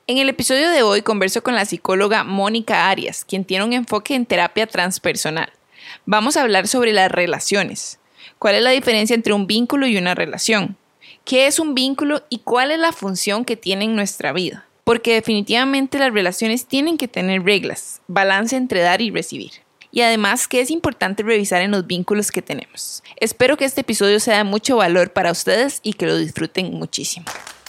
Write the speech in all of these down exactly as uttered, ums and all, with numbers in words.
En el episodio de hoy converso con la psicóloga Mónica Arias, quien tiene un enfoque en terapia transpersonal. Vamos a hablar sobre las relaciones. ¿Cuál es la diferencia entre un vínculo y una relación? ¿Qué es un vínculo y cuál es la función que tiene en nuestra vida? Porque definitivamente las relaciones tienen que tener reglas, balance entre dar y recibir. Y además que es importante revisar en los vínculos que tenemos. Espero que este episodio sea de mucho valor para ustedes y que lo disfruten muchísimo.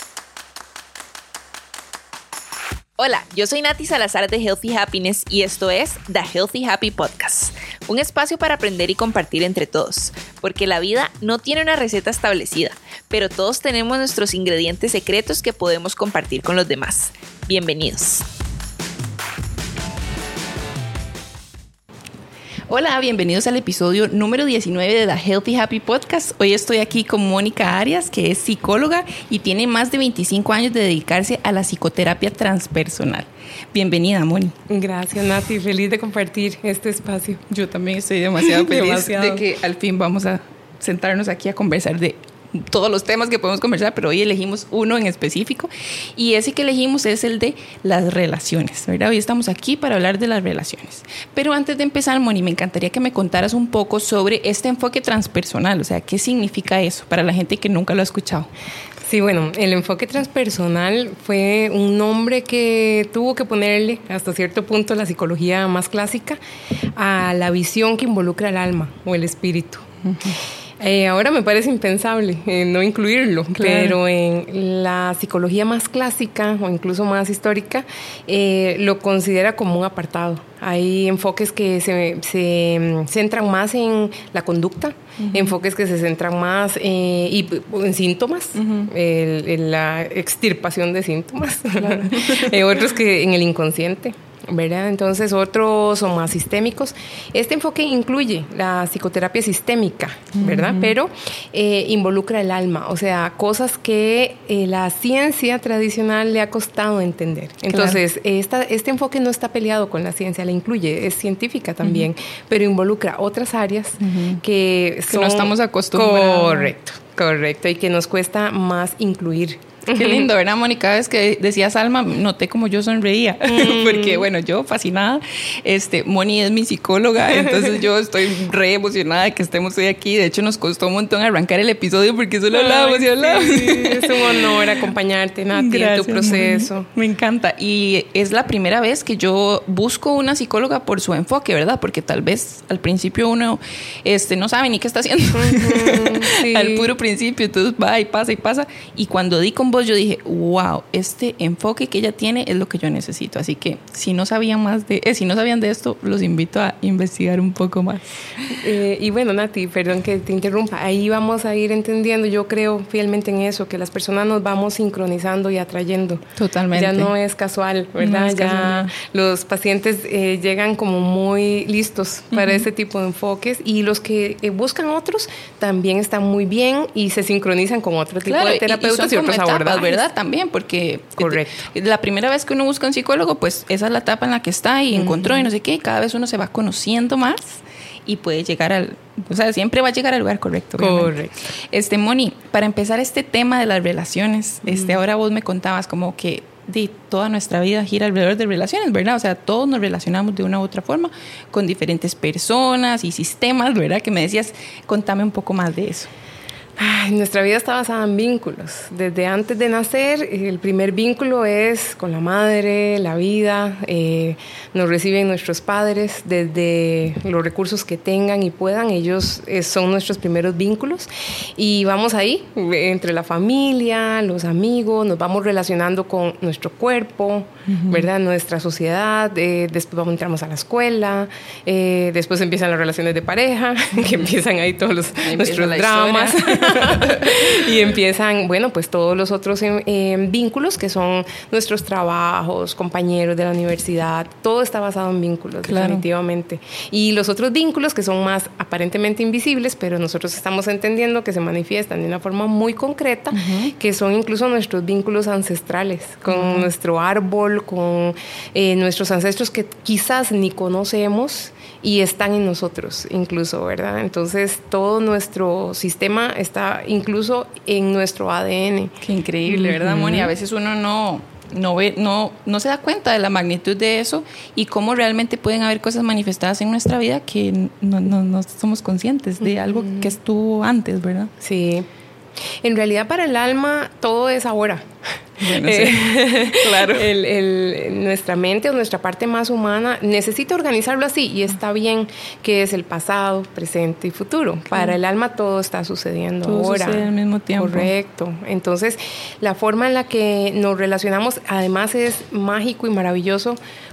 Hola, yo soy Nati Salazar de Healthy Happiness y esto es The Healthy Happy Podcast, un espacio para aprender y compartir entre todos, porque la vida no tiene una receta establecida, pero todos tenemos nuestros ingredientes secretos que podemos compartir con los demás. Bienvenidos. Hola, bienvenidos al episodio número diecinueve de The Healthy Happy Podcast. Hoy estoy aquí con Mónica Arias, que es psicóloga y tiene más de veinticinco años de dedicarse a la psicoterapia transpersonal. Bienvenida, Moni. Gracias, Nati. Feliz de compartir este espacio. Yo también estoy demasiado feliz demasiado. de que al fin vamos a sentarnos aquí a conversar de todos los temas que podemos conversar, pero hoy elegimos uno en específico y ese que elegimos es el de las relaciones, ¿verdad? Hoy estamos aquí para hablar de las relaciones. Pero antes de empezar, Moni, me encantaría que me contaras un poco sobre este enfoque transpersonal, o sea, ¿qué significa eso para la gente que nunca lo ha escuchado? Sí, bueno, el enfoque transpersonal fue un nombre que tuvo que ponerle hasta cierto punto la psicología más clásica a la visión que involucra el alma o el espíritu. Uh-huh. Eh, ahora me parece impensable eh, no incluirlo, claro. Pero en la psicología más clásica o incluso más histórica eh, lo considera como un apartado. Hay enfoques que se, se centran más en la conducta, uh-huh. enfoques que se centran más eh, y, en síntomas, uh-huh. el, en la extirpación de síntomas, claro. eh, otros que en el inconsciente, ¿verdad? Entonces otros son más sistémicos. Este enfoque incluye la psicoterapia sistémica, ¿verdad? Uh-huh. Pero eh, involucra el alma, o sea, cosas que eh, la ciencia tradicional le ha costado entender. Entonces, claro. esta, este enfoque no está peleado con la ciencia, la incluye, es científica también, uh-huh. pero involucra otras áreas uh-huh. que, son, que no estamos acostumbrados. Correcto, correcto, y que nos cuesta más incluir. Qué lindo, ¿verdad, Mónica? Cada vez que decías alma, noté como yo sonreía, mm. porque, bueno, yo fascinada, este, Moni es mi psicóloga, entonces yo estoy re emocionada de que estemos hoy aquí. De hecho, nos costó un montón arrancar el episodio porque solo hablábamos y hablábamos. Sí, es un honor acompañarte, Nati, Gracias, en tu proceso. Moni. Me encanta, y es la primera vez que yo busco una psicóloga por su enfoque, ¿verdad? Porque tal vez al principio uno este, no sabe ni qué está haciendo, uh-huh, sí. al puro principio, entonces va y pasa y pasa, y cuando di con vos yo dije, wow, este enfoque que ella tiene es lo que yo necesito. Así que si no sabían más de, eh, si no sabían de esto, los invito a investigar un poco más. Eh, y bueno, Nati, perdón que te interrumpa. Ahí vamos a ir entendiendo, yo creo fielmente en eso, que las personas nos vamos sincronizando y atrayendo. Totalmente. Ya no es casual, ¿verdad? No es ya casual. Los pacientes eh, llegan como muy listos para uh-huh. ese tipo de enfoques, y los que eh, buscan otros también están muy bien y se sincronizan con otro tipo claro, de terapeutas y, y otros abordajes. ¿Verdad? También, porque Correcto. la primera vez que uno busca un psicólogo, pues esa es la etapa en la que está y uh-huh. encontró y no sé qué, y cada vez uno se va conociendo más y puede llegar al, o sea, siempre va a llegar al lugar correcto. Correcto. Obviamente. Este, Moni, para empezar este tema de las relaciones, uh-huh. este, ahora vos me contabas como que de toda nuestra vida gira alrededor de relaciones, ¿verdad? O sea, todos nos relacionamos de una u otra forma con diferentes personas y sistemas, ¿verdad? Que me decías, contame un poco más de eso. Ay, nuestra vida está basada en vínculos. Desde antes de nacer, el primer vínculo es con la madre, la vida. Eh, nos reciben nuestros padres desde los recursos que tengan y puedan. Ellos eh, son nuestros primeros vínculos. Y vamos ahí, entre la familia, los amigos, nos vamos relacionando con nuestro cuerpo, uh-huh. ¿verdad? Nuestra sociedad. Eh, después vamos, entramos a la escuela. Eh, después empiezan las relaciones de pareja, que empiezan ahí todos los, nuestros dramas. Y empiezan, bueno, pues todos los otros eh, vínculos que son nuestros trabajos, compañeros de la universidad, todo está basado en vínculos, claro. definitivamente. Y los otros vínculos que son más aparentemente invisibles, pero nosotros estamos entendiendo que se manifiestan de una forma muy concreta, uh-huh. que son incluso nuestros vínculos ancestrales, con uh-huh. nuestro árbol, con eh, nuestros ancestros que quizás ni conocemos y están en nosotros incluso, ¿verdad? Entonces todo nuestro sistema está incluso en nuestro A D N. Qué increíble, ¿verdad, uh-huh. Moni? A veces uno no, no, ve, no, no se da cuenta de la magnitud de eso y cómo realmente pueden haber cosas manifestadas en nuestra vida que no, no, no somos conscientes de algo que estuvo antes, ¿verdad? Sí. En realidad para el alma todo es ahora. Bueno, sí. Claro. El, el, nuestra mente o nuestra parte más humana necesita organizarlo así y está bien, que es el pasado, presente y futuro. Claro. Para el alma todo está sucediendo todo ahora. Sucede al mismo tiempo. Correcto. Entonces, la forma en la que nos relacionamos además es mágico y maravilloso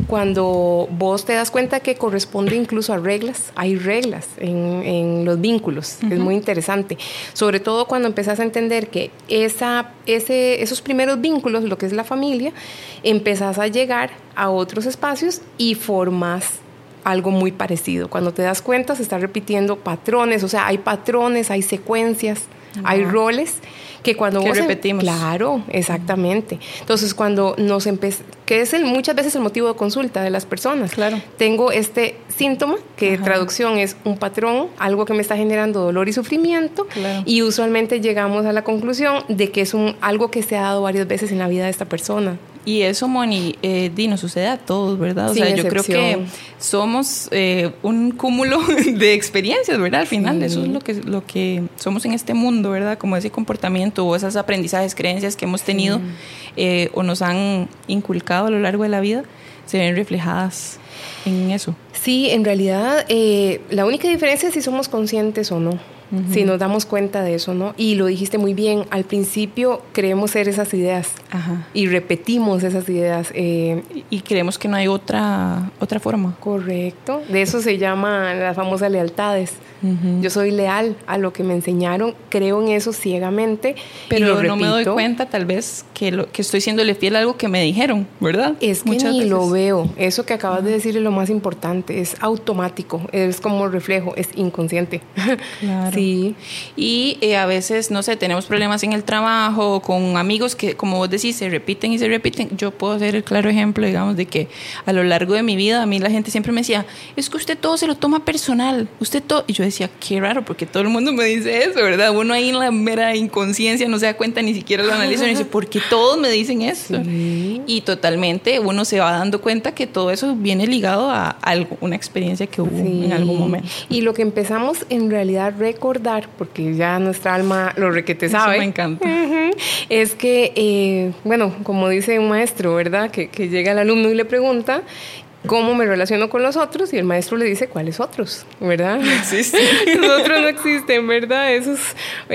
cuando vos te das cuenta que corresponde incluso a reglas. Hay reglas en, en los vínculos. Uh-huh. Es muy interesante. Sobre todo cuando empezás a entender que esa, ese, esos primeros vínculos, lo que es la familia, empezás a llegar a otros espacios y formas algo muy parecido. Cuando te das cuenta se están repitiendo patrones, o sea, hay patrones, hay secuencias, uh-huh. hay roles que cuando que vos repetimos. En, claro, exactamente. Entonces, cuando nos empezamos, que es el, muchas veces el motivo de consulta de las personas. Claro. Tengo este síntoma, que Ajá. traducción es un patrón, algo que me está generando dolor y sufrimiento, claro. y usualmente llegamos a la conclusión de que es un, algo que se ha dado varias veces en la vida de esta persona. Y eso, Moni, eh, di, nos sucede a todos, ¿verdad? O Sin sea, yo excepción. creo que somos eh, un cúmulo de experiencias, ¿verdad? Al final, sí. Eso es lo que, lo que somos en este mundo, ¿verdad? Como ese comportamiento o esas aprendizajes, creencias que hemos tenido sí. eh, o nos han inculcado a lo largo de la vida, se ven reflejadas en eso. Sí, en realidad, eh, la única diferencia es si somos conscientes o no. Uh-huh. Si nos damos cuenta de eso, ¿no? Y lo dijiste muy bien, al principio creemos ser esas ideas. Ajá. Y repetimos esas ideas. Eh, y creemos que no hay otra, otra forma. Correcto. De eso se llaman las famosas lealtades. Uh-huh. Yo soy leal a lo que me enseñaron, creo en eso ciegamente. Pero y lo no repito. Me doy cuenta tal vez que, lo, que estoy siéndole fiel a algo que me dijeron, ¿verdad? Es que Muchas ni veces. Lo veo. Eso que acabas uh-huh. de decir es lo más importante. Es automático, es como reflejo, es inconsciente. Claro. Sí. Y eh, a veces, no sé, tenemos problemas en el trabajo, con amigos que, como vos decís, se repiten y se repiten. Yo puedo ser el claro ejemplo, digamos, de que a lo largo de mi vida, a mí la gente siempre me decía, es que usted todo se lo toma personal, usted todo... Y yo decía, qué raro, porque todo el mundo me dice eso, ¿verdad? Uno ahí en la mera inconsciencia no se da cuenta, ni siquiera lo analiza, y dice, ¿por qué todos me dicen eso? Sí. Y totalmente uno se va dando cuenta que todo eso viene ligado a algo, una experiencia que hubo sí. en algún momento. Y lo que empezamos en realidad a recordar, porque ya nuestra alma lo requete sabe. Eso me encanta. Uh-huh, es que, eh, bueno, como dice un maestro, ¿verdad? Que, que llega el alumno y le pregunta, ¿cómo me relaciono con los otros? Y el maestro le dice, ¿cuáles otros? ¿Verdad? No existen. Los otros no existen, ¿verdad? Eso es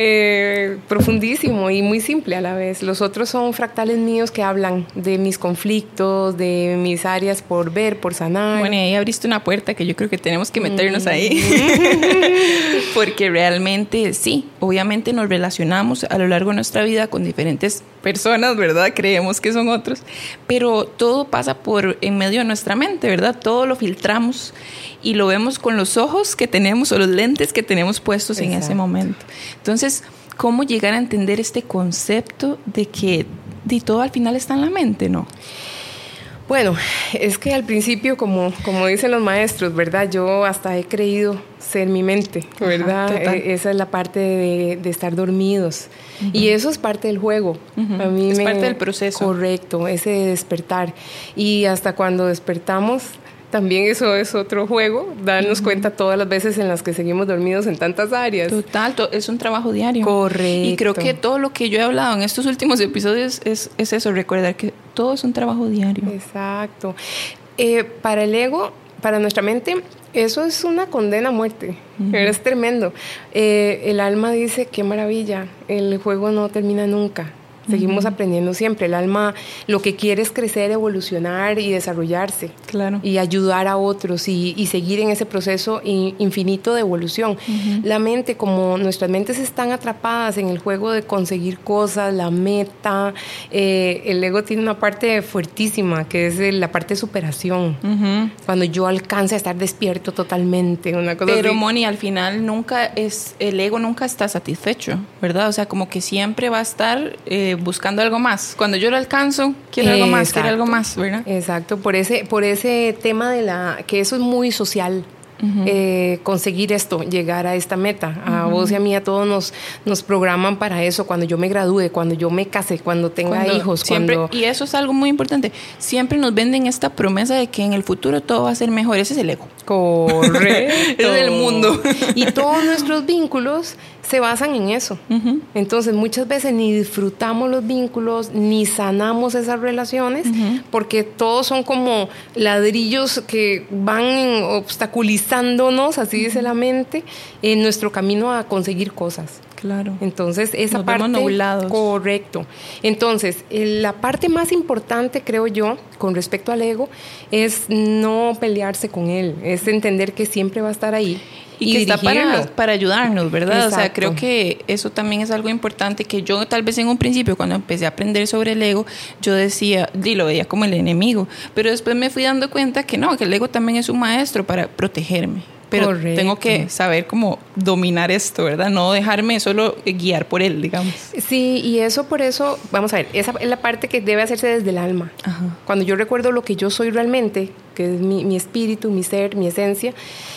eh, profundísimo y muy simple a la vez. Los otros son fractales míos que hablan de mis conflictos, de mis áreas por ver, por sanar. Bueno, y ahí abriste una puerta que yo creo que tenemos que meternos mm. ahí. Porque realmente, sí, obviamente nos relacionamos a lo largo de nuestra vida con diferentes personas, ¿verdad? Creemos que son otros, pero todo pasa por en medio de nuestra mente, ¿verdad? Todo lo filtramos y lo vemos con los ojos que tenemos o los lentes que tenemos puestos Exacto. en ese momento. Entonces, ¿cómo llegar a entender este concepto de que de todo al final está en la mente, no? Bueno, es que al principio, como, como dicen los maestros, ¿verdad? Yo hasta he creído ser mi mente, ¿verdad? Ajá, eh, esa es la parte de, de estar dormidos. Uh-huh. Y eso es parte del juego. Uh-huh. A mí es me, parte del proceso. Correcto, ese despertar. Y hasta cuando despertamos, también eso es otro juego, darnos uh-huh. cuenta todas las veces en las que seguimos dormidos en tantas áreas. Total, to- es un trabajo diario. Correcto. Y creo que todo lo que yo he hablado en estos últimos episodios es, es eso, recordar que todo es un trabajo diario. Exacto. Eh, para el ego, para nuestra mente, eso es una condena a muerte. Uh-huh. Es tremendo. Eh, el alma dice, qué maravilla, el juego no termina nunca. Seguimos uh-huh. aprendiendo siempre. El alma lo que quiere es crecer, evolucionar y desarrollarse. Claro. Y ayudar a otros y, y seguir en ese proceso infinito de evolución. Uh-huh. La mente, como nuestras mentes están atrapadas en el juego de conseguir cosas, la meta, eh, el ego tiene una parte fuertísima que es la parte de superación. Uh-huh. Cuando yo alcance a estar despierto totalmente, una cosa Pero, así. Moni, al final nunca es, el ego nunca está satisfecho, ¿verdad? O sea, como que siempre va a estar eh, buscando algo más. Cuando yo lo alcanzo, quiero algo más, quiero algo más, ¿verdad? Exacto, por ese, por ese tema de la, que eso es muy social. uh-huh. eh, conseguir esto, llegar a esta meta. A uh-huh. vos y a mí, a todos nos, nos programan para eso, cuando yo me gradúe, cuando yo me case, cuando tenga cuando hijos. Siempre, cuando... Y eso es algo muy importante. Siempre nos venden esta promesa de que en el futuro todo va a ser mejor. Ese es el ego. Correcto. Es el mundo. Y todos nuestros vínculos se basan en eso. Uh-huh. Entonces, muchas veces ni disfrutamos los vínculos, ni sanamos esas relaciones, uh-huh. porque todos son como ladrillos que van obstaculizándonos, así uh-huh. dice la mente, en nuestro camino a conseguir cosas. Claro. Entonces, esa Nos parte... vemos nublados. Correcto. Entonces, la parte más importante, creo yo, con respecto al ego, es no pelearse con él, es entender que siempre va a estar ahí. Y, y que está para, para ayudarnos, ¿verdad? Exacto. O sea, creo que eso también es algo importante que yo tal vez en un principio, cuando empecé a aprender sobre el ego, yo decía, y lo veía como el enemigo, pero después me fui dando cuenta que no, que el ego también es un maestro para protegerme. Pero Correcto. Tengo que saber cómo dominar esto, ¿verdad? No dejarme solo guiar por él, digamos. Sí, y eso por eso, vamos a ver, esa es la parte que debe hacerse desde el alma. Ajá. Cuando yo recuerdo lo que yo soy realmente, que es mi, mi espíritu, mi ser, mi esencia,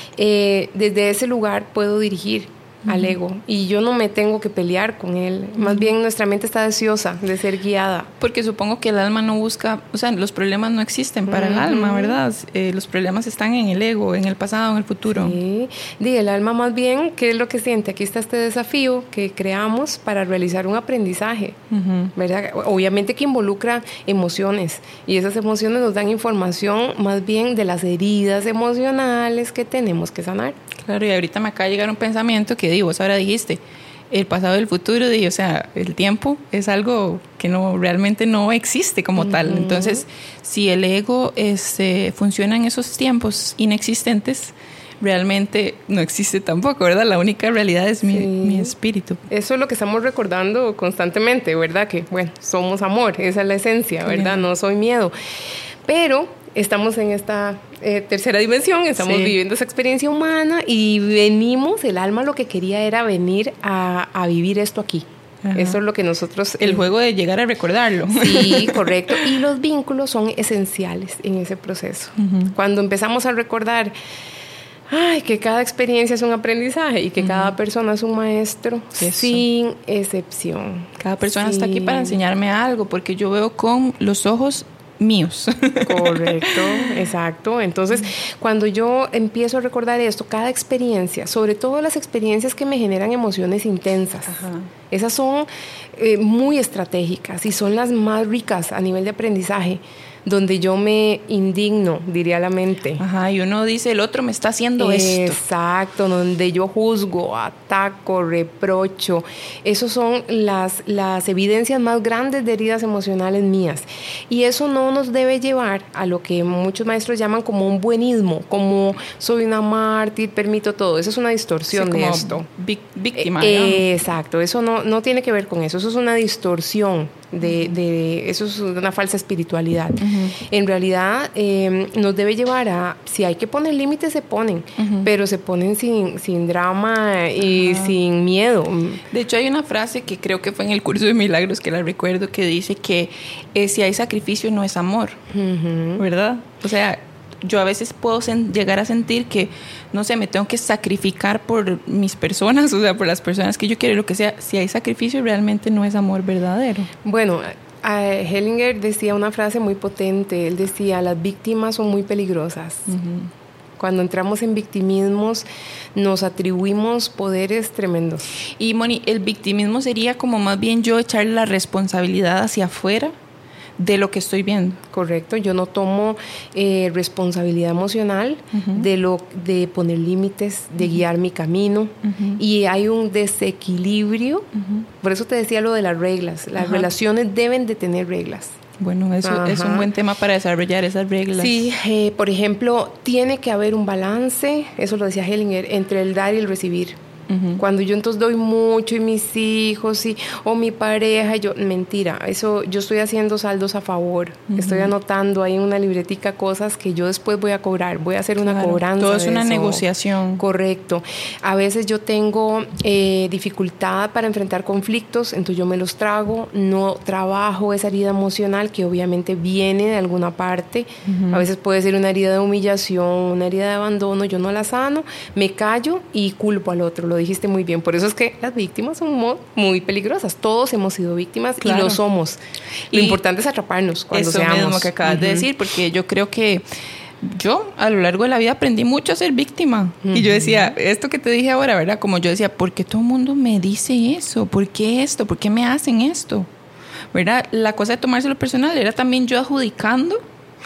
eh, desde ese lugar puedo dirigir uh-huh. al ego. Y yo no me tengo que pelear con él. Uh-huh. Más bien nuestra mente está deseosa de ser guiada. Porque supongo que el alma no busca, o sea, los problemas no existen para uh-huh. el alma, ¿verdad? Eh, los problemas están en el ego, en el pasado, en el futuro. Sí, y el alma más bien, ¿qué es lo que siente? Aquí está este desafío que creamos para realizar un aprendizaje, uh-huh. ¿verdad? Obviamente que involucra emociones, y esas emociones nos dan información más bien de las heridas emocionales que tenemos que sanar. Claro, y ahorita me acaba de llegar un pensamiento que digo, vos ahora dijiste, el pasado y el futuro, digo, o sea, el tiempo es algo que no realmente no existe como uh-huh. tal. Entonces, si el ego este, funciona en esos tiempos inexistentes, realmente no existe tampoco, ¿verdad? La única realidad es mi, sí. mi espíritu. Eso es lo que estamos recordando constantemente, ¿verdad? Que, bueno, somos amor, esa es la esencia, ¿verdad? Sí. No soy miedo. Pero estamos en esta eh, tercera dimensión, estamos sí. viviendo esa experiencia humana y venimos, el alma lo que quería era venir a, a vivir esto aquí. Ajá. Eso es lo que nosotros... El eh, juego de llegar a recordarlo. Sí, correcto. Y los vínculos son esenciales en ese proceso. Uh-huh. Cuando empezamos a recordar... Ay, que cada experiencia es un aprendizaje y que uh-huh. cada persona es un maestro, Eso. sin excepción. Cada persona sí. está aquí para enseñarme algo, porque yo veo con los ojos míos. Correcto, exacto. Entonces, cuando yo empiezo a recordar esto, cada experiencia, sobre todo las experiencias que me generan emociones intensas, Ajá. esas son eh, muy estratégicas y son las más ricas a nivel de aprendizaje, donde yo me indigno, diría la mente. Ajá, y uno dice, el otro me está haciendo esto. Exacto, donde yo juzgo, ataco, reprocho. Esas son las, las evidencias más grandes de heridas emocionales mías. Y eso no nos debe llevar a lo que muchos maestros llaman como un buenismo, como soy una mártir, permito todo. Eso es una distorsión sí, de esto. Víctima. Eh, exacto, eso no, no tiene que ver con eso. Eso es una distorsión. De, de, eso es una falsa espiritualidad. Uh-huh. En realidad eh, nos debe llevar a, si hay que poner límites se ponen, uh-huh. pero se ponen sin, sin drama y uh-huh. sin miedo. De hecho hay una frase que creo que fue en el curso de milagros que la recuerdo, que dice que eh, si hay sacrificio no es amor, uh-huh. ¿verdad? O sea, yo a veces puedo sen- llegar a sentir que, no sé, me tengo que sacrificar por mis personas, o sea, por las personas que yo quiero, lo que sea. Si hay sacrificio, realmente no es amor verdadero. Bueno, uh, Hellinger decía una frase muy potente. Él decía, las víctimas son muy peligrosas. Uh-huh. Cuando entramos en victimismos, nos atribuimos poderes tremendos. Y, Moni, el victimismo sería como más bien yo echar la responsabilidad hacia afuera de lo que estoy viendo. Correcto, yo no tomo eh, responsabilidad emocional uh-huh. de lo de poner límites, de uh-huh. guiar mi camino uh-huh. y hay un desequilibrio, uh-huh. por eso te decía lo de las reglas, las uh-huh. relaciones deben de tener reglas. Bueno, eso Ajá. es un buen tema para desarrollar esas reglas. Sí, eh, por ejemplo, tiene que haber un balance, eso lo decía Hellinger, entre el dar y el recibir. Uh-huh. Cuando yo entonces doy mucho y mis hijos y, o mi pareja, yo, mentira, eso yo estoy haciendo saldos a favor, uh-huh. estoy anotando ahí en una libretica cosas que yo después voy a cobrar, voy a hacer una claro, cobranza. Todo es de una eso. negociación. Correcto. A veces yo tengo eh, dificultad para enfrentar conflictos, entonces yo me los trago, no trabajo esa herida emocional que obviamente viene de alguna parte, uh-huh. a veces puede ser una herida de humillación, una herida de abandono, yo no la sano, me callo y culpo al otro, lo dijiste muy bien, por eso es que las víctimas son muy, muy peligrosas, todos hemos sido víctimas claro. y lo somos, lo y importante es atraparnos cuando eso seamos. Eso mismo que acabas uh-huh. de decir, porque yo creo que yo a lo largo de la vida aprendí mucho a ser víctima uh-huh. y yo decía, esto que te dije ahora, ¿verdad? Como yo decía, ¿por qué todo el mundo me dice eso? ¿Por qué esto? ¿Por qué me hacen esto? ¿Verdad? La cosa de tomárselo personal era también yo adjudicando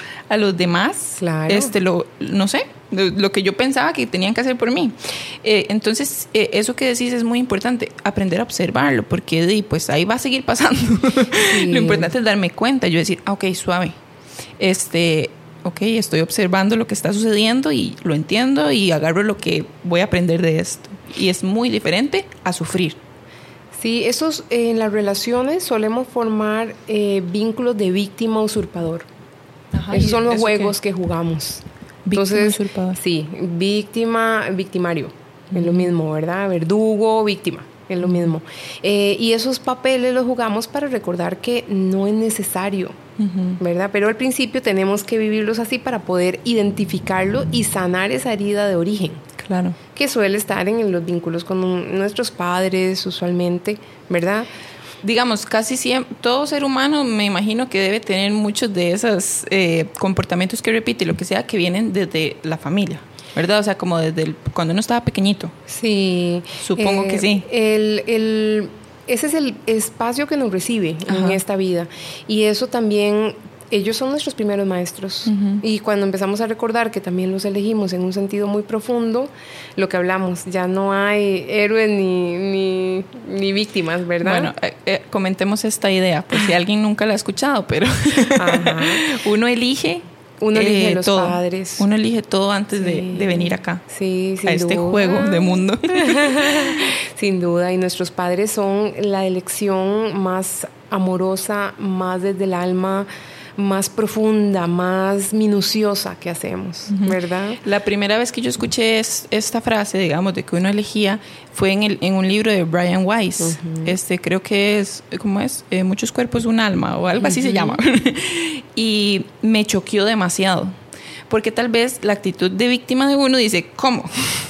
a los demás, claro. este, lo, no sé, lo, lo que yo pensaba que tenían que hacer por mí. Eh, entonces, eh, eso que decís es muy importante, aprender a observarlo, porque pues ahí va a seguir pasando. Sí. Lo importante es darme cuenta, yo decir, ah, ok, suave, este, ok, estoy observando lo que está sucediendo y lo entiendo y agarro lo que voy a aprender de esto. Y es muy diferente a sufrir. Sí, esos, eh, en las relaciones solemos formar eh, vínculos de víctima-usurpador. Ajá, esos son los juegos qué? que jugamos. Entonces, usurpador. Sí, víctima, victimario, uh-huh. es lo mismo, ¿verdad? Verdugo, víctima, es lo mismo. Eh, y esos papeles los jugamos para recordar que no es necesario, uh-huh. ¿verdad? Pero al principio tenemos que vivirlos así para poder identificarlo y sanar esa herida de origen. Claro. Que suele estar en los vínculos con nuestros padres, usualmente, ¿verdad? Digamos, casi siempre, todo ser humano me imagino que debe tener muchos de esos eh, comportamientos que repite, lo que sea, que vienen desde la familia, ¿verdad? O sea, como desde el, cuando uno estaba pequeñito. Sí. Supongo eh, que sí. El, el, ese es el espacio que nos recibe Ajá. en esta vida. Y eso también, ellos son nuestros primeros maestros. Uh-huh. Y cuando empezamos a recordar que también los elegimos en un sentido muy profundo, lo que hablamos, ya no hay héroes ni, ni, ni víctimas, ¿verdad? Bueno, eh, eh, comentemos esta idea, pues si alguien nunca la ha escuchado, pero Ajá. uno elige... Uno elige eh, los todo. padres. Uno elige todo antes sí. de, de venir acá. Sí, sin a este duda. juego de mundo. Sin duda. Y nuestros padres son la elección más amorosa, más desde el alma, más profunda, más minuciosa que hacemos, uh-huh. ¿verdad? La primera vez que yo escuché es, esta frase, digamos, de que uno elegía, fue en, el, en un libro de Brian Weiss. Uh-huh. Este, creo que es, ¿cómo es? Eh, Muchos cuerpos, un alma, o algo uh-huh. así se llama. Y me choqueó demasiado. Porque tal vez la actitud de víctima de uno dice, ¿cómo?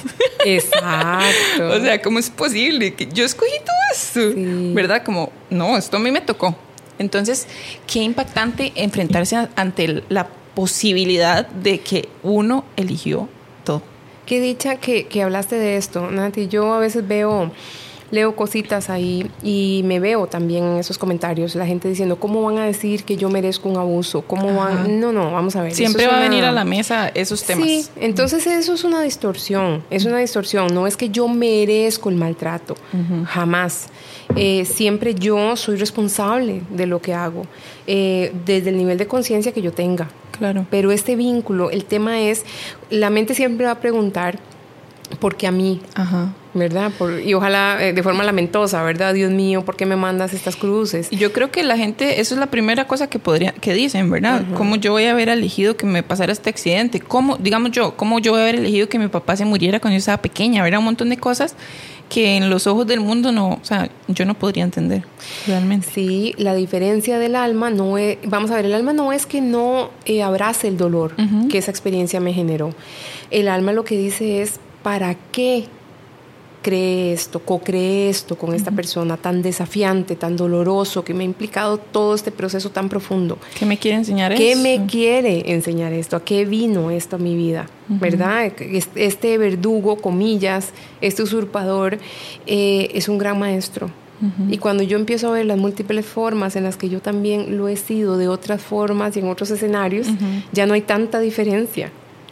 Exacto. O sea, ¿cómo es posible que yo escogí todo esto? Sí. ¿Verdad? Como, no, esto a mí me tocó. Entonces, qué impactante enfrentarse a, ante la posibilidad de que uno eligió todo. Qué dicha que, que hablaste de esto, Nati. Yo a veces veo, leo cositas ahí y me veo también en esos comentarios, la gente diciendo, ¿cómo van a decir que yo merezco un abuso? ¿Cómo van? Ajá. No, no, vamos a ver. Siempre eso va es una... a venir a la mesa esos temas. Sí, entonces eso es una distorsión, es una distorsión. No es que yo merezco el maltrato, uh-huh. jamás. Eh, siempre yo soy responsable de lo que hago, eh, desde el nivel de conciencia que yo tenga. Claro. Pero este vínculo, el tema es, la mente siempre va a preguntar, ¿por qué a mí? Ajá. ¿Verdad? Por, y ojalá eh, de forma lamentosa, ¿verdad? Dios mío, ¿por qué me mandas estas cruces? Y yo creo que la gente, eso es la primera cosa que podría, que dicen, ¿verdad? Uh-huh. ¿Cómo yo voy a haber elegido que me pasara este accidente? ¿Cómo, digamos yo, cómo yo voy a haber elegido que mi papá se muriera cuando yo estaba pequeña? ¿Verdad? Un montón de cosas que en los ojos del mundo no, o sea, yo no podría entender realmente. Sí, la diferencia del alma no es, vamos a ver, el alma no es que no eh, abrace el dolor uh-huh. que esa experiencia me generó. El alma lo que dice es, ¿para qué cree esto, co-cree esto con esta uh-huh. persona tan desafiante, tan doloroso, que me ha implicado todo este proceso tan profundo? ¿Qué me quiere enseñar ¿Qué eso? ¿Qué me quiere enseñar esto? ¿A qué vino esto a mi vida? Uh-huh. ¿Verdad? Este verdugo, comillas, este usurpador, eh, es un gran maestro. Uh-huh. Y cuando yo empiezo a ver las múltiples formas en las que yo también lo he sido de otras formas y en otros escenarios, uh-huh. ya no hay tanta diferencia.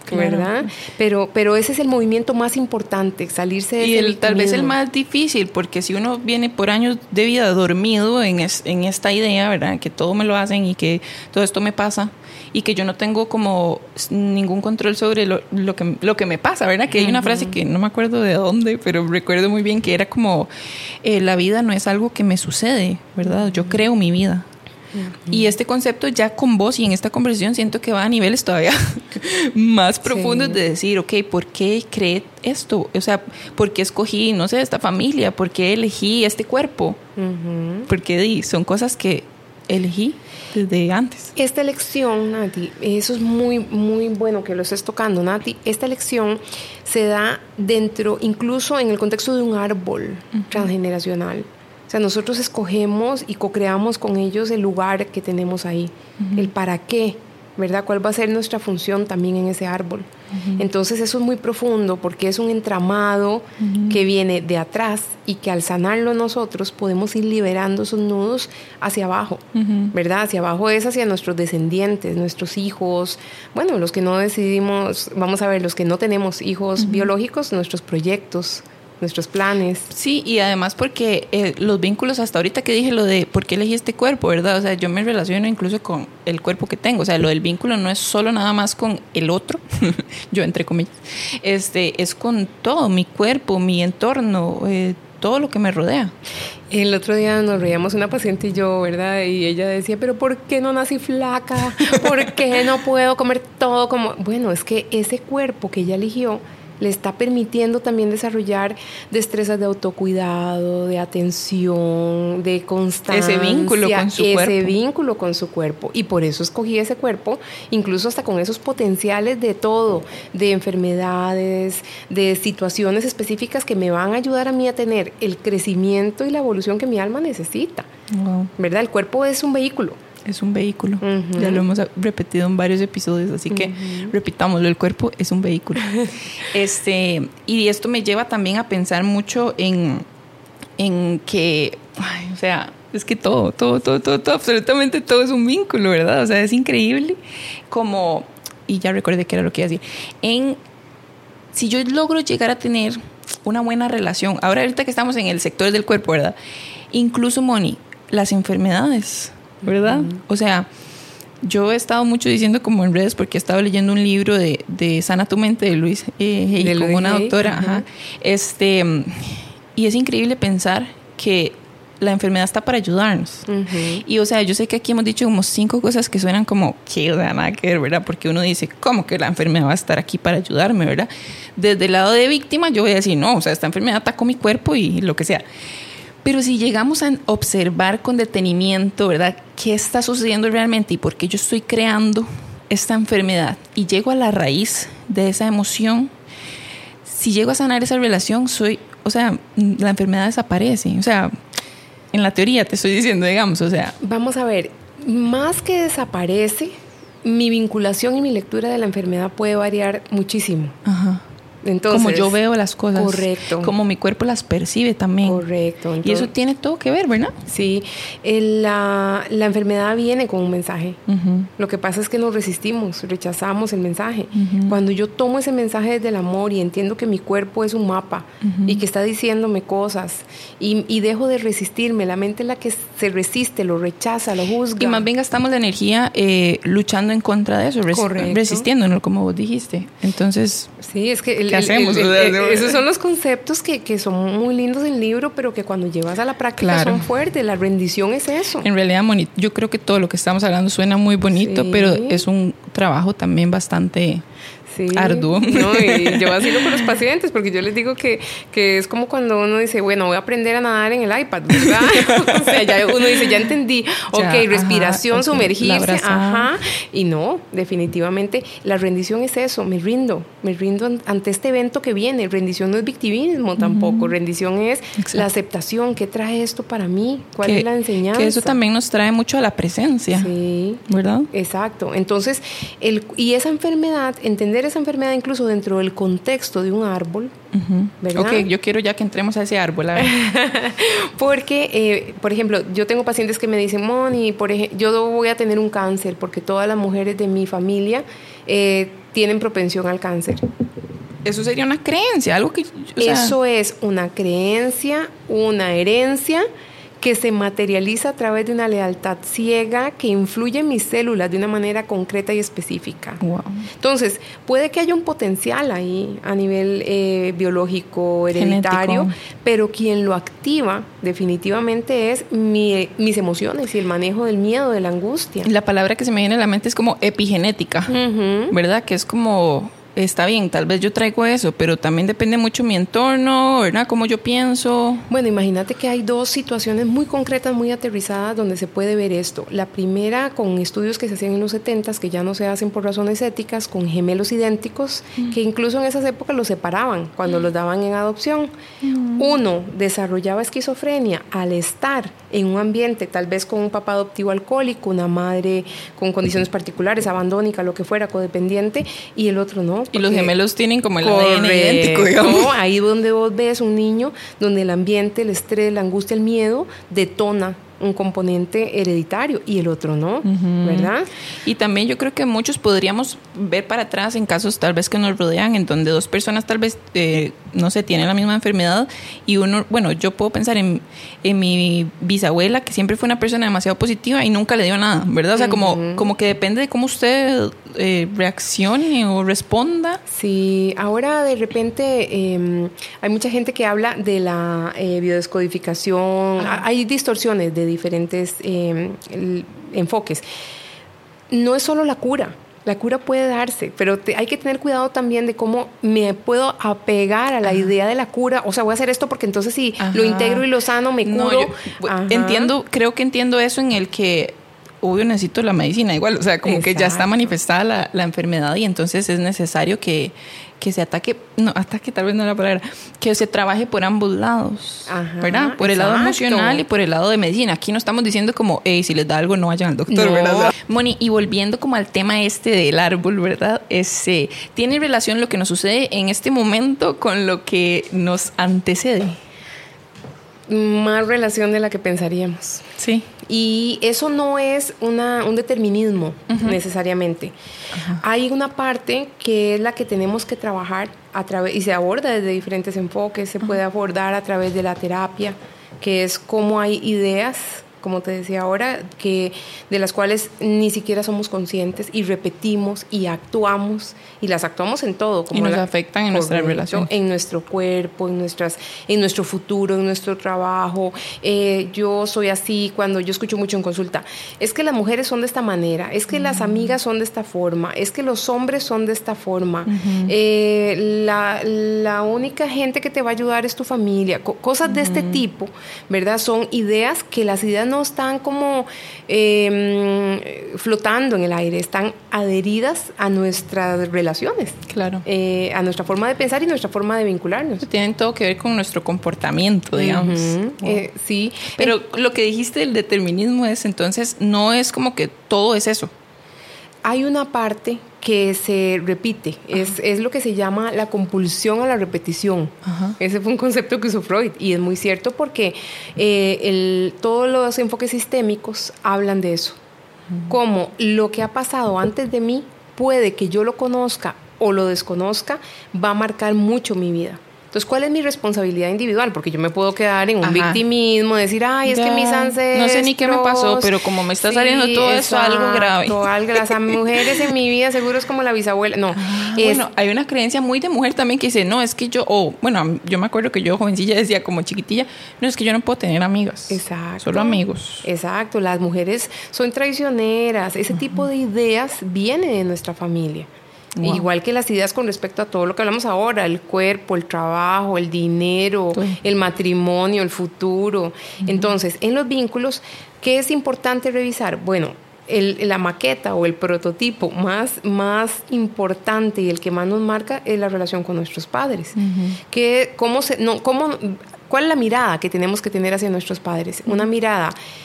Claro. ¿Verdad? Pero, pero ese es el movimiento más importante, salirse de y ese el, tal vez el más difícil, porque si uno viene por años de vida dormido en, es, en esta idea, ¿verdad? Que todo me lo hacen y que todo esto me pasa y que yo no tengo como ningún control sobre lo, lo, que, lo que me pasa, ¿verdad? Que hay una frase que no me acuerdo de dónde, pero recuerdo muy bien que era como eh, la vida no es algo que me sucede, ¿verdad? Yo creo mi vida. Uh-huh. Y este concepto ya con vos y en esta conversación siento que va a niveles todavía más profundos, sí, de decir, ok, ¿por qué creé esto? O sea, ¿por qué escogí, no sé, esta familia? ¿Por qué elegí este cuerpo? Uh-huh. Porque di, son cosas que elegí desde antes. Esta elección, Nati, eso es muy, muy bueno que lo estés tocando, Nati. Esta elección se da dentro, incluso en el contexto de un árbol uh-huh. transgeneracional. O sea, nosotros escogemos y co-creamos con ellos el lugar que tenemos ahí, uh-huh. el para qué, ¿verdad? ¿Cuál va a ser nuestra función también en ese árbol? Uh-huh. Entonces eso es muy profundo porque es un entramado uh-huh. que viene de atrás y que al sanarlo nosotros podemos ir liberando esos nudos hacia abajo, uh-huh. ¿verdad? Hacia abajo es hacia nuestros descendientes, nuestros hijos, bueno, los que no decidimos, vamos a ver, los que no tenemos hijos uh-huh. biológicos, nuestros proyectos, nuestros planes. Sí, y además porque eh, los vínculos, hasta ahorita que dije lo de por qué elegí este cuerpo, ¿verdad? O sea, yo me relaciono incluso con el cuerpo que tengo. O sea, lo del vínculo no es solo nada más con el otro, yo entre comillas, este, es con todo, mi cuerpo, mi entorno, eh, todo lo que me rodea. El otro día nos reíamos una paciente y yo, ¿verdad? Y ella decía, pero ¿por qué no nací flaca? ¿Por qué no puedo comer todo como...? Bueno, es que ese cuerpo que ella eligió le está permitiendo también desarrollar destrezas de autocuidado, de atención, de constancia. Ese vínculo con su ese cuerpo. Ese vínculo con su cuerpo. Y por eso escogí ese cuerpo, incluso hasta con esos potenciales de todo, de enfermedades, de situaciones específicas que me van a ayudar a mí a tener el crecimiento y la evolución que mi alma necesita. Wow. ¿Verdad? El cuerpo es un vehículo. Es un vehículo, uh-huh. ya lo hemos repetido en varios episodios, así que uh-huh. repitámoslo, el cuerpo es un vehículo. este Y esto me lleva también a pensar mucho en, en que, ay, o sea, es que todo, todo, todo, todo, todo, absolutamente todo es un vínculo, ¿verdad? O sea, es increíble como, y ya recordé que era lo que iba a decir, en, si yo logro llegar a tener una buena relación, ahora ahorita que estamos en el sector del cuerpo, ¿verdad? Incluso, Moni, las enfermedades, ¿verdad? Uh-huh. O sea, yo he estado mucho diciendo como en redes porque he estado leyendo un libro de, de Sana tu mente de Luis eh, Hay, de con Luis una Hay. doctora. Uh-huh. Ajá, este, y es increíble pensar que la enfermedad está para ayudarnos. Uh-huh. Y o sea, yo sé que aquí hemos dicho como cinco cosas que suenan como que, o sea, nada que ver, ¿verdad? Porque uno dice, ¿cómo que la enfermedad va a estar aquí para ayudarme, verdad? Desde el lado de víctima yo voy a decir, no, o sea, esta enfermedad atacó mi cuerpo y lo que sea. Pero si llegamos a observar con detenimiento, ¿verdad?, qué está sucediendo realmente y por qué yo estoy creando esta enfermedad y llego a la raíz de esa emoción, si llego a sanar esa relación, soy, o sea, la enfermedad desaparece. O sea, en la teoría te estoy diciendo, digamos, o sea. Vamos a ver, más que desaparece, mi vinculación y mi lectura de la enfermedad puede variar muchísimo. Ajá. Entonces, como yo veo las cosas, correcto, como mi cuerpo las percibe también. Correcto. Entonces, y eso tiene todo que ver, ¿verdad? Sí, el, la, la enfermedad viene con un mensaje. Uh-huh. Lo que pasa es que nos resistimos, rechazamos el mensaje. Uh-huh. Cuando yo tomo ese mensaje desde el amor y entiendo que mi cuerpo es un mapa uh-huh. y que está diciéndome cosas y, y dejo de resistirme, la mente es la que se resiste, lo rechaza, lo juzga. Y más bien gastamos la energía eh, luchando en contra de eso, res- resistiéndonos, como vos dijiste. Entonces, sí, es que el, hacemos? El, el, el, esos son los conceptos que, que son muy lindos en el libro, pero que cuando llevas a la práctica claro. son fuertes. La rendición es eso. En realidad, Moni, yo creo que todo lo que estamos hablando suena muy bonito, sí. pero es un trabajo también bastante sí. arduo. No, y yo vacilo con los pacientes porque yo les digo que, que es como cuando uno dice, bueno, voy a aprender a nadar en el iPad, ¿verdad? O sea, ya uno dice, ya entendí, ya, ok, respiración, ajá, sumergirse, ajá, y no, definitivamente la rendición es eso, me rindo, me rindo ante este evento que viene. Rendición no es victimismo uh-huh. tampoco, rendición es Exacto. la aceptación, ¿qué trae esto para mí? ¿Cuál que, es la enseñanza? Que eso también nos trae mucho a la presencia, sí, ¿verdad? Exacto, entonces el, y esa enfermedad, entender esa enfermedad incluso dentro del contexto de un árbol, uh-huh. ¿verdad? Ok, yo quiero ya que entremos a ese árbol. A ver. Porque, eh, por ejemplo, yo tengo pacientes que me dicen, Moni, por ejemplo, yo voy a tener un cáncer porque todas las mujeres de mi familia eh, tienen propensión al cáncer. Eso sería una creencia, algo que... O sea... Eso es una creencia, una herencia que se materializa a través de una lealtad ciega que influye en mis células de una manera concreta y específica. Wow. Entonces, puede que haya un potencial ahí a nivel eh, biológico, hereditario, genético, pero quien lo activa definitivamente es mi, mis emociones y el manejo del miedo, de la angustia. La palabra que se me viene a la mente es como epigenética, uh-huh. ¿verdad? Que es como... Está bien, tal vez yo traigo eso, pero también depende mucho mi entorno, ¿verdad? Cómo yo pienso. Bueno, imagínate que hay dos situaciones muy concretas, muy aterrizadas, donde se puede ver esto. La primera, con estudios que se hacían en los setentas, que ya no se hacen por razones éticas, con gemelos idénticos, mm. que incluso en esas épocas los separaban cuando mm. los daban en adopción. Mm. Uno desarrollaba esquizofrenia al estar en un ambiente, tal vez con un papá adoptivo alcohólico, una madre con condiciones particulares, abandónica, lo que fuera, codependiente, y el otro no. Y los gemelos tienen como el A D N idéntico, digamos. Ahí donde vos ves un niño donde el ambiente, el estrés, la angustia, el miedo detona un componente hereditario y el otro no, uh-huh. ¿verdad? Y también yo creo que muchos podríamos ver para atrás en casos tal vez que nos rodean, en donde dos personas tal vez, eh, no sé, tienen la misma enfermedad y uno, bueno, yo puedo pensar en, en mi bisabuela, que siempre fue una persona demasiado positiva y nunca le dio nada, ¿verdad? O sea, uh-huh. como, como que depende de cómo usted eh, reaccione o responda. Sí, ahora de repente eh, hay mucha gente que habla de la eh, biodescodificación, uh-huh. hay distorsiones de diferentes eh, enfoques. No es solo la cura, la cura puede darse, pero te, hay que tener cuidado también de cómo me puedo apegar a la Ajá. idea de la cura. O sea, voy a hacer esto porque entonces si Ajá. lo integro y lo sano, me curo. No, yo, entiendo, creo que entiendo eso en el que obvio necesito la medicina igual, o sea, como Exacto. que ya está manifestada la, la enfermedad y entonces es necesario que, que se ataque, no, ataque tal vez no es la palabra, que se trabaje por ambos lados, Ajá, ¿verdad? Por el Exacto. lado emocional y por el lado de medicina. Aquí no estamos diciendo como, hey, si les da algo no vayan al doctor, no. ¿verdad? Moni, y volviendo como al tema este del árbol, ¿verdad? Ese, ¿tiene relación lo que nos sucede en este momento con lo que nos antecede? Más relación de la que pensaríamos. Sí. Y eso no es una, un determinismo uh-huh. necesariamente. Uh-huh. Hay una parte que es la que tenemos que trabajar a través, y se aborda desde diferentes enfoques, se uh-huh. puede abordar a través de la terapia, que es cómo hay ideas, como te decía ahora, que de las cuales ni siquiera somos conscientes y repetimos y actuamos, y las actuamos en todo. Como y nos la, afectan en nuestra relación. En nuestro cuerpo, en, nuestras, en nuestro futuro, en nuestro trabajo. Eh, yo soy así cuando yo escucho mucho en consulta. Es que las mujeres son de esta manera, es que uh-huh. las amigas son de esta forma, es que los hombres son de esta forma. Uh-huh. Eh, la, la única gente que te va a ayudar es tu familia. Co- cosas uh-huh. de este tipo, ¿verdad? Son ideas que las ideas no están como eh, flotando en el aire, están adheridas a nuestras relaciones, claro, eh, a nuestra forma de pensar y nuestra forma de vincularnos. Tienen todo que ver con nuestro comportamiento, digamos. Uh-huh. Wow. Eh, sí. Pero eh, lo que dijiste del determinismo es, entonces, no es como que todo es eso. Hay una parte que se repite, es, es lo que se llama la compulsión a la repetición. Ajá. Ese fue un concepto que usó Freud y es muy cierto porque eh, el, todos los enfoques sistémicos hablan de eso. Uh-huh. Como lo que ha pasado antes de mí puede que yo lo conozca o lo desconozca, va a marcar mucho mi vida. Entonces, ¿cuál es mi responsabilidad individual? Porque yo me puedo quedar en un Ajá. victimismo, decir, ay, es ya, que mis ancestros... No sé ni qué me pasó, pero como me está saliendo sí, todo eso, algo grave. Algo, las mujeres en mi vida seguro es como la bisabuela. No. Ah, es, bueno, hay una creencia muy de mujer también que dice, no, es que yo... Oh, bueno, yo me acuerdo que yo jovencilla decía como chiquitilla, no, es que yo no puedo tener amigas. Exacto. Solo amigos. Exacto. Las mujeres son traicioneras. Ese uh-huh. tipo de ideas viene de nuestra familia. Wow. Igual que las ideas con respecto a todo lo que hablamos ahora, el cuerpo, el trabajo, el dinero, sí. el matrimonio, el futuro. Uh-huh. Entonces, en los vínculos, ¿qué es importante revisar? Bueno, el, la maqueta o el prototipo más, más importante y el que más nos marca es la relación con nuestros padres. Uh-huh. Que, ¿cómo se, no, cómo, ¿Cuál es la mirada que tenemos que tener hacia nuestros padres? Uh-huh. Una mirada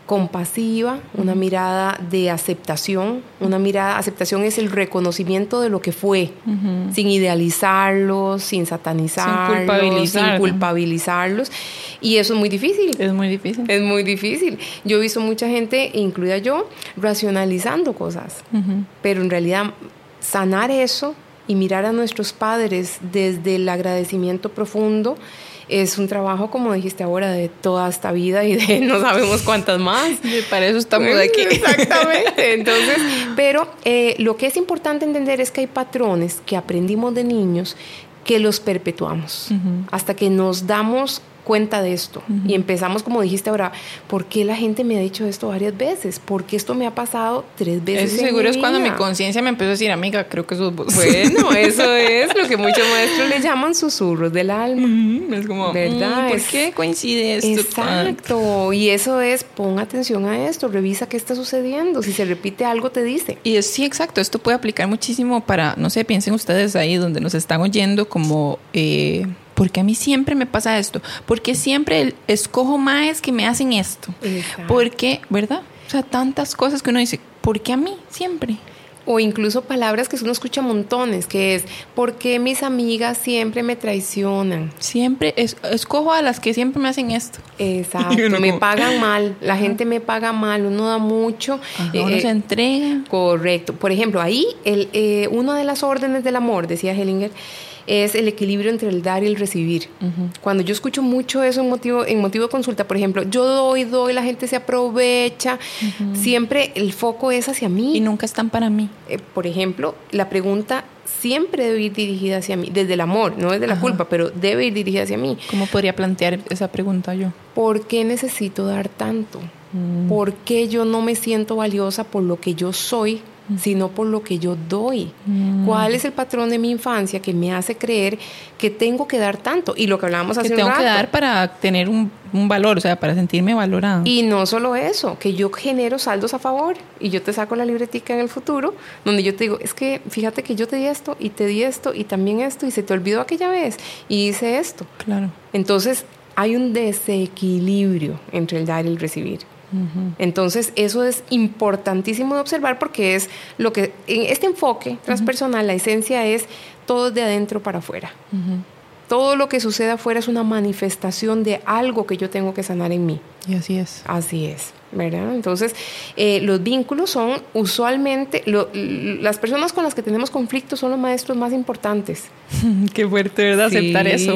compasiva, una mirada de aceptación. Una mirada, aceptación es el reconocimiento de lo que fue, uh-huh. sin idealizarlos, sin satanizarlos, sin, culpabilizar, sin culpabilizarlos. Y eso es muy difícil. Es muy difícil. Es muy difícil. Yo he visto mucha gente, incluida yo, racionalizando cosas. Uh-huh. Pero en realidad, sanar eso y mirar a nuestros padres desde el agradecimiento profundo es un trabajo, como dijiste ahora, de toda esta vida y de no sabemos cuántas más. Y para eso estamos pues, aquí. Exactamente. Entonces, pero eh, lo que es importante entender es que hay patrones que aprendimos de niños que los perpetuamos uh-huh. hasta que nos damos cuenta de esto uh-huh. y empezamos, como dijiste ahora, ¿por qué la gente me ha dicho esto varias veces? ¿Por qué esto me ha pasado tres veces? Eso seguro es cuando mi conciencia me empezó a decir, amiga, creo que sos vos. Bueno, eso es lo que muchos maestros le llaman susurros del alma. Uh-huh. Es como, ¿verdad? Mm, ¿por es, qué coincide esto? Exacto. Tanto? Y eso es, pon atención a esto, revisa qué está sucediendo. Si se repite algo, te dice. Y es, sí, exacto. Esto puede aplicar muchísimo para, no sé, piensen ustedes ahí donde nos están oyendo como... Eh, ¿por qué a mí siempre me pasa esto? ¿Por qué siempre escojo más que me hacen esto? Exacto. ¿Por qué? ¿Verdad? O sea, tantas cosas que uno dice, ¿por qué a mí siempre? O incluso palabras que uno escucha montones, que es, ¿por qué mis amigas siempre me traicionan? Siempre, es, escojo a las que siempre me hacen esto. Exacto, me como... pagan mal, la gente me paga mal, uno da mucho. Ajá, eh, uno se entrega. Correcto. Por ejemplo, ahí, el, eh, una de las órdenes del amor, decía Hellinger, es el equilibrio entre el dar y el recibir. Uh-huh. Cuando yo escucho mucho eso en motivo, en motivo de consulta, por ejemplo, yo doy, doy, la gente se aprovecha, uh-huh. siempre el foco es hacia mí. Y nunca están para mí. Eh, por ejemplo, la pregunta siempre debe ir dirigida hacia mí, desde el amor, no desde la Ajá. culpa, pero debe ir dirigida hacia mí. ¿Cómo podría plantear esa pregunta yo? ¿Por qué necesito dar tanto? Mm. ¿Por qué yo no me siento valiosa por lo que yo soy, sino por lo que yo doy? Mm. ¿Cuál es el patrón de mi infancia que me hace creer que tengo que dar tanto? Y lo que hablábamos hace que un tengo rato. que dar para tener un, un valor, o sea, para sentirme valorada. Y no solo eso, que yo genero saldos a favor y yo te saco la libretica en el futuro donde yo te digo, es que fíjate que yo te di esto y te di esto y también esto y se te olvidó aquella vez y hice esto. Claro. Entonces hay un desequilibrio entre el dar y el recibir. Uh-huh. Entonces eso es importantísimo de observar porque es lo que en este enfoque transpersonal, uh-huh. la esencia es todo de adentro para afuera. Uh-huh. Todo lo que sucede afuera es una manifestación de algo que yo tengo que sanar en mí. Y así es. Así es, ¿verdad? Entonces eh, los vínculos son usualmente lo, las personas con las que tenemos conflictos son los maestros más importantes. Qué fuerte, ¿verdad? Sí, aceptar eso.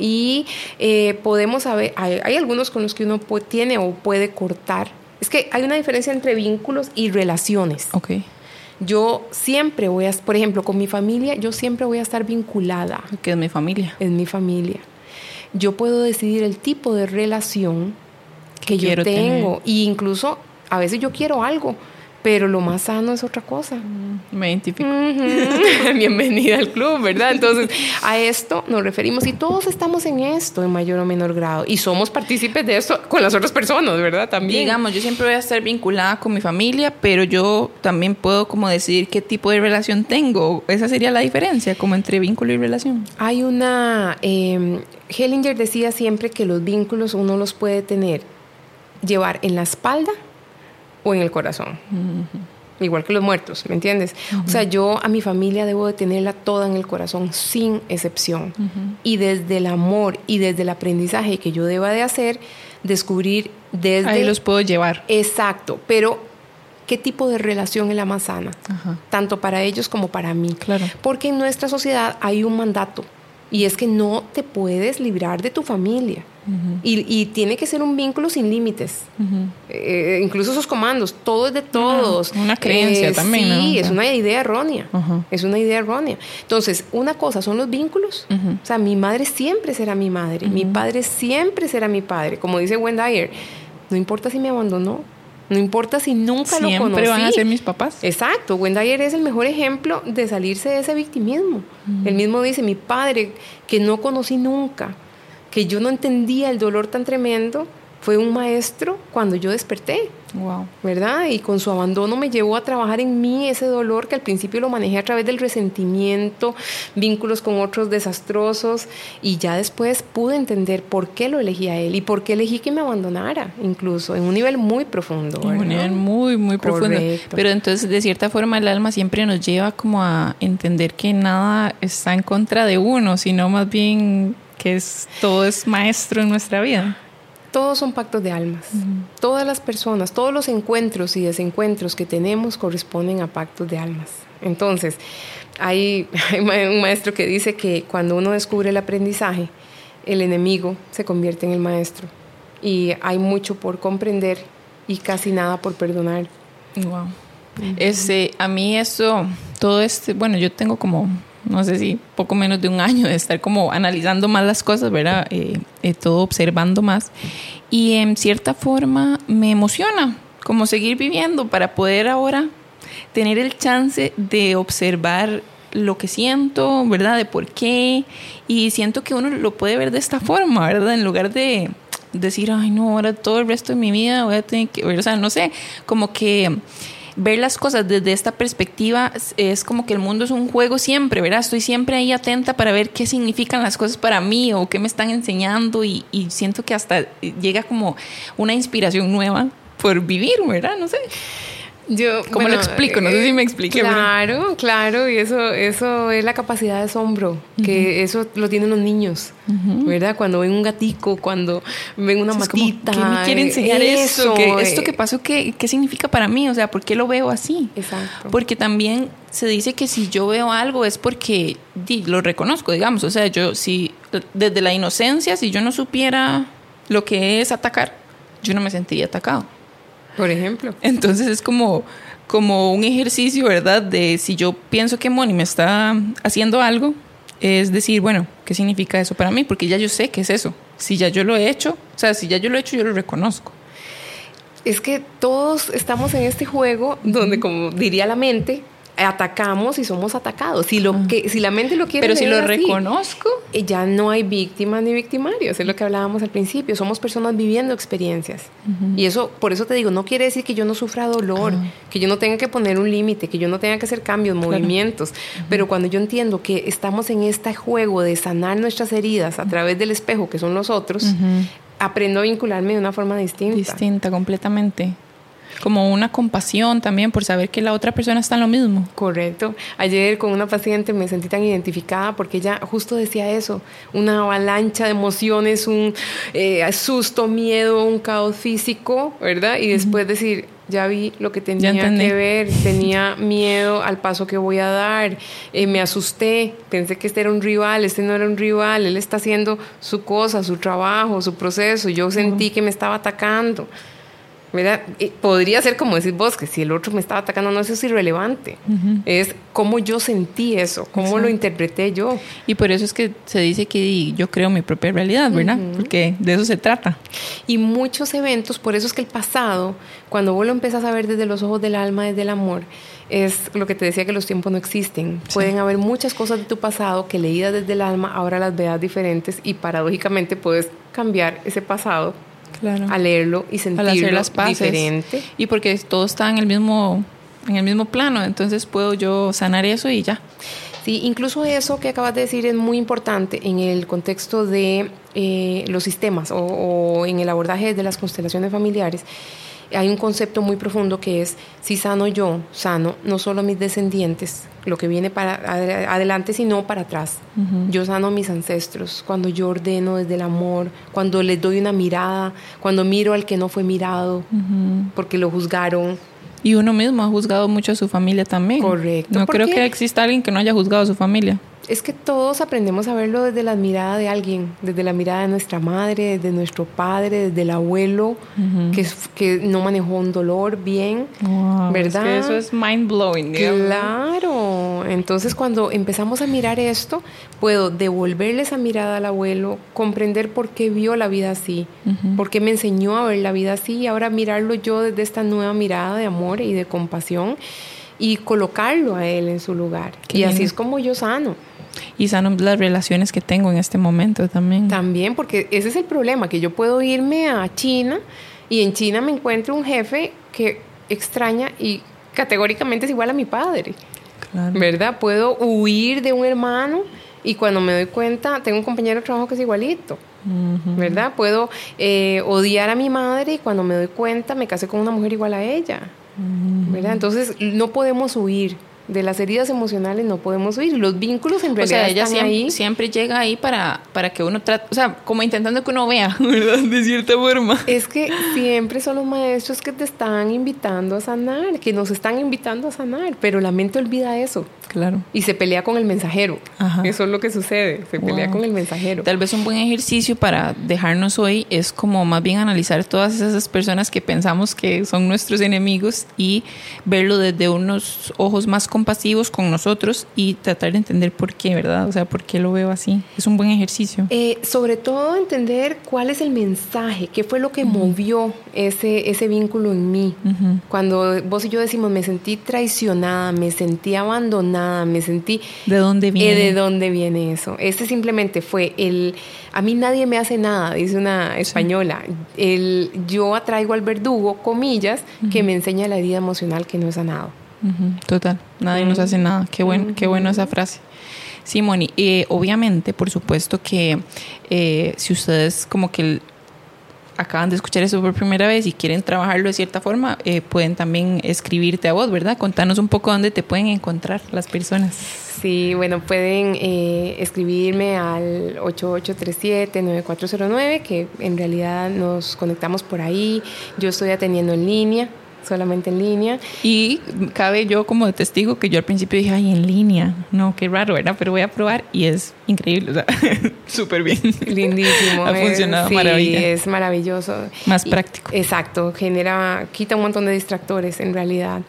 Y eh, podemos saber, hay, hay algunos con los que uno puede, tiene o puede cortar. Es que hay una diferencia entre vínculos y relaciones. Ok. Yo siempre voy a, por ejemplo, con mi familia, yo siempre voy a estar vinculada. Que es mi familia. Es mi familia. Yo puedo decidir el tipo de relación que yo tengo. E incluso a veces yo quiero algo, pero lo más sano es otra cosa. Me identifico. Uh-huh. Bienvenida al club, ¿verdad? Entonces, a esto nos referimos y todos estamos en esto en mayor o menor grado y somos partícipes de esto con las otras personas, ¿verdad? También. Digamos, yo siempre voy a estar vinculada con mi familia, pero yo también puedo como decidir qué tipo de relación tengo. Esa sería la diferencia, como entre vínculo y relación. Hay una... Eh, Hellinger decía siempre que los vínculos uno los puede tener, llevar en la espalda o en el corazón. Uh-huh. Igual que los muertos, ¿me entiendes? Uh-huh. O sea, yo a mi familia debo de tenerla toda en el corazón, sin excepción. Uh-huh. Y desde el amor y desde el aprendizaje que yo deba de hacer, descubrir desde... Ahí los puedo llevar. Exacto, pero ¿qué tipo de relación es la más sana? Uh-huh. Tanto para ellos como para mí. Claro. Porque en nuestra sociedad hay un mandato y es que no te puedes librar de tu familia. Uh-huh. y, y tiene que ser un vínculo sin límites. Uh-huh. Eh, incluso esos comandos, todo es de todos. Una, una creencia eh, también. Sí, ¿no? O sea, es una idea errónea. Uh-huh. Es una idea errónea. Entonces, una cosa son los vínculos. Uh-huh. O sea, mi madre siempre será mi madre. Uh-huh. Mi padre siempre será mi padre. Como dice Wayne Dyer, no importa si me abandonó. No importa si nunca siempre lo conocí. Siempre van a ser mis papás. Exacto. Wayne Dyer es el mejor ejemplo de salirse de ese victimismo. Uh-huh. Él mismo dice, mi padre, que no conocí nunca, que yo no entendía el dolor tan tremendo, fue un maestro cuando yo desperté. Wow. ¿Verdad? Y con su abandono me llevó a trabajar en mí ese dolor que al principio lo manejé a través del resentimiento, vínculos con otros desastrosos, y ya después pude entender por qué lo elegí a él y por qué elegí que me abandonara, incluso en un nivel muy profundo. ¿verdad? En un nivel muy, muy profundo. Correcto. Pero entonces, de cierta forma, el alma siempre nos lleva como a entender que nada está en contra de uno, sino más bien que es, todo es maestro en nuestra vida. Todos son pactos de almas. Uh-huh. Todas las personas, todos los encuentros y desencuentros que tenemos corresponden a pactos de almas. Entonces, hay, hay un maestro que dice que cuando uno descubre el aprendizaje, el enemigo se convierte en el maestro. Y hay mucho por comprender y casi nada por perdonar. Wow. Uh-huh. Este, a mí eso, todo este, bueno, yo tengo como... no sé si poco menos de un año de estar como analizando más las cosas, ¿verdad? Eh, eh, todo observando más. Y en cierta forma me emociona como seguir viviendo para poder ahora tener el chance de observar lo que siento, ¿verdad? De por qué. Y siento que uno lo puede ver de esta forma, ¿verdad? En lugar de decir, ay, no, ahora todo el resto de mi vida voy a tener que... O sea, no sé, como que... ver las cosas desde esta perspectiva es como que el mundo es un juego siempre, ¿verdad? Estoy siempre ahí atenta para ver qué significan las cosas para mí o qué me están enseñando y, y siento que hasta llega como una inspiración nueva por vivir, ¿verdad? No sé. Yo, ¿Cómo bueno, lo explico? No sé si me expliqué. Claro, ¿verdad? claro, y eso, eso es la capacidad de asombro, que uh-huh. eso lo tienen los niños, uh-huh. ¿verdad? Cuando ven un gatico, cuando ven una Entonces, matita. ¿Qué me quiere enseñar eso? eso? ¿Qué, ¿Esto que pasó, qué, qué significa para mí? O sea, ¿por qué lo veo así? Exacto. Porque también se dice que si yo veo algo es porque di, lo reconozco, digamos. O sea, yo si desde la inocencia, si yo no supiera lo que es atacar, yo no me sentiría atacado. Por ejemplo. Entonces es como, como un ejercicio, ¿verdad? De si yo pienso que Moni me está haciendo algo, es decir, bueno, ¿qué significa eso para mí? Porque ya yo sé qué es eso. Si ya yo lo he hecho, o sea, si ya yo lo he hecho, yo lo reconozco. Es que todos estamos en este juego donde, como diría la mente, atacamos y somos atacados. Si, lo que, si la mente lo quiere Pero si lo así, reconozco, ya no hay víctimas ni victimarios. Es lo que hablábamos al principio. Somos personas viviendo experiencias. Uh-huh. Y eso, por eso te digo, no quiere decir que yo no sufra dolor, uh-huh. que yo no tenga que poner un límite, que yo no tenga que hacer cambios, claro. movimientos. Uh-huh. Pero cuando yo entiendo que estamos en este juego de sanar nuestras heridas a través del espejo, que son los otros, uh-huh. aprendo a vincularme de una forma distinta. Distinta, completamente. Como una compasión también por saber que la otra persona está en lo mismo. Correcto. Ayer con una paciente me sentí tan identificada porque ella justo decía eso, una avalancha de emociones, un eh, susto, miedo, un caos físico, ¿verdad? Y después uh-huh. decir, ya vi lo que tenía que ver, tenía miedo al paso que voy a dar, eh, me asusté, pensé que este era un rival, este no era un rival, él está haciendo su cosa, su trabajo, su proceso, yo sentí uh-huh. que me estaba atacando. ¿Verdad? Podría ser como decir vos, que si el otro me estaba atacando, no, eso es irrelevante. Uh-huh. Es cómo yo sentí eso, cómo Exacto. lo interpreté yo. Y por eso es que se dice que yo creo mi propia realidad, ¿verdad? Uh-huh. Porque de eso se trata. Y muchos eventos, por eso es que el pasado, cuando vos lo empiezas a ver desde los ojos del alma, desde el amor, es lo que te decía, que los tiempos no existen. Sí. Pueden haber muchas cosas de tu pasado que leídas desde el alma, ahora las veas diferentes y paradójicamente puedes cambiar ese pasado. Claro. A leerlo y sentirlo las diferente. Y porque todo está en el mismo en el mismo plano, entonces puedo yo sanar eso y ya. Sí, incluso eso que acabas de decir es muy importante en el contexto de eh, los sistemas o, o en el abordaje de las constelaciones familiares. Hay un concepto muy profundo que es, si sano yo, sano no solo a mis descendientes, lo que viene para adelante, sino para atrás. Uh-huh. Yo sano a mis ancestros, cuando yo ordeno desde el amor, cuando les doy una mirada, cuando miro al que no fue mirado, uh-huh. porque lo juzgaron. Y uno mismo ha juzgado mucho a su familia también. Correcto. No creo que exista alguien que no haya juzgado a su familia. Es que todos aprendemos a verlo desde la mirada de alguien, desde la mirada de nuestra madre, desde nuestro padre, desde el abuelo, uh-huh. que, que no manejó un dolor bien, wow, ¿verdad? Es que eso es mind blowing, digamos. Claro. Entonces, cuando empezamos a mirar esto, puedo devolverle esa mirada al abuelo, comprender por qué vio la vida así, uh-huh. por qué me enseñó a ver la vida así, y ahora mirarlo yo desde esta nueva mirada de amor y de compasión y colocarlo a él en su lugar. Qué y bien. Así es como yo sano. Y sano las relaciones que tengo en este momento también. También, porque ese es el problema, que yo puedo irme a China y en China me encuentro un jefe que extraña y categóricamente es igual a mi padre. Claro. ¿Verdad? Puedo huir de un hermano y cuando me doy cuenta tengo un compañero de trabajo que es igualito. Uh-huh. ¿Verdad? Puedo eh, odiar a mi madre y cuando me doy cuenta me casé con una mujer igual a ella. Uh-huh. ¿Verdad? Entonces no podemos huir. De las heridas emocionales no podemos huir. Los vínculos en realidad, o sea, ella están siempre, ahí. siempre llega ahí para, para que uno trate, o sea, como intentando que uno vea, ¿verdad? De cierta forma. Es que siempre son los maestros que te están invitando a sanar, que nos están invitando a sanar, pero la mente olvida eso. Claro. Y se pelea con el mensajero. Ajá. Eso es lo que sucede, se pelea wow. con el mensajero. Tal vez un buen ejercicio para dejarnos hoy es como más bien analizar todas esas personas que pensamos que son nuestros enemigos y verlo desde unos ojos más compasivos con nosotros y tratar de entender por qué, ¿verdad? O sea, por qué lo veo así. Es un buen ejercicio. Eh, sobre todo entender cuál es el mensaje, qué fue lo que uh-huh. movió ese, ese vínculo en mí. Uh-huh. Cuando vos y yo decimos, me sentí traicionada, me sentí abandonada, me sentí... ¿De dónde viene? Eh, ¿De dónde viene eso? Ese simplemente fue el... A mí nadie me hace nada, dice una española. Sí. El yo atraigo al verdugo, comillas, uh-huh. que me enseña la herida emocional que no he sanado. Uh-huh. Total, nadie uh-huh. nos hace nada. Qué bueno, uh-huh. qué bueno esa frase. Sí, Moni, eh, obviamente, por supuesto que eh, si ustedes como que el, acaban de escuchar eso por primera vez y quieren trabajarlo de cierta forma, eh, pueden también escribirte a vos, ¿verdad? Contanos un poco dónde te pueden encontrar las personas. Sí, bueno, pueden eh, escribirme al ocho ocho tres siete nueve cuatro cero nueve, que en realidad nos conectamos por ahí. Yo estoy atendiendo en línea. Solamente en línea. Y cabe yo como testigo que yo al principio dije, ay, en línea, no, qué raro, ¿verdad? Pero voy a probar y es increíble, o sea, súper bien. Lindísimo. Ha funcionado sí, maravilla. Es maravilloso. Más y, práctico. Exacto, genera, quita un montón de distractores en realidad.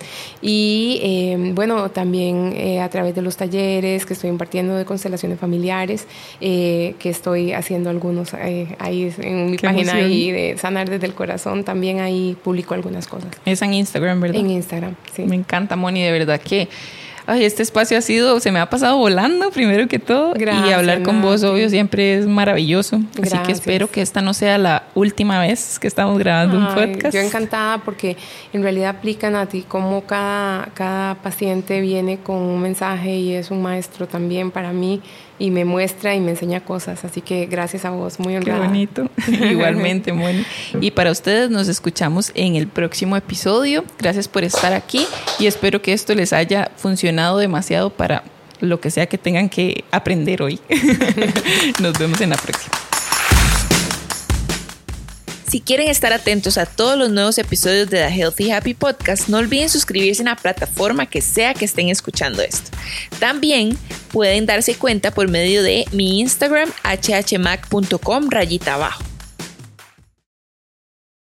Y eh, bueno, también eh, a través de los talleres que estoy impartiendo de constelaciones familiares, eh, que estoy haciendo algunos eh, ahí en mi qué página ahí de Sanar desde el Corazón, también ahí publico algunas cosas. Esa en Instagram, ¿verdad? En Instagram, sí. Me encanta, Moni, de verdad que ay, este espacio ha sido, se me ha pasado volando primero que todo. Gracias, y hablar con vos, obvio, siempre es maravilloso. Gracias. Así que espero que esta no sea la última vez que estamos grabando ay, un podcast. Yo encantada porque en realidad aplican a ti como cada, cada paciente viene con un mensaje y es un maestro también para mí y me muestra y me enseña cosas. Así que gracias a vos, muy honrada. Qué bonito. Igualmente, Moni. Y para ustedes nos escuchamos en el próximo episodio. Gracias por estar aquí y espero que esto les haya funcionado demasiado para lo que sea que tengan que aprender hoy. Nos vemos en la próxima. Si quieren estar atentos a todos los nuevos episodios de The Healthy Happy Podcast, no olviden suscribirse en la plataforma que sea que estén escuchando esto. También pueden darse cuenta por medio de mi Instagram, hhmac punto com rayita abajo.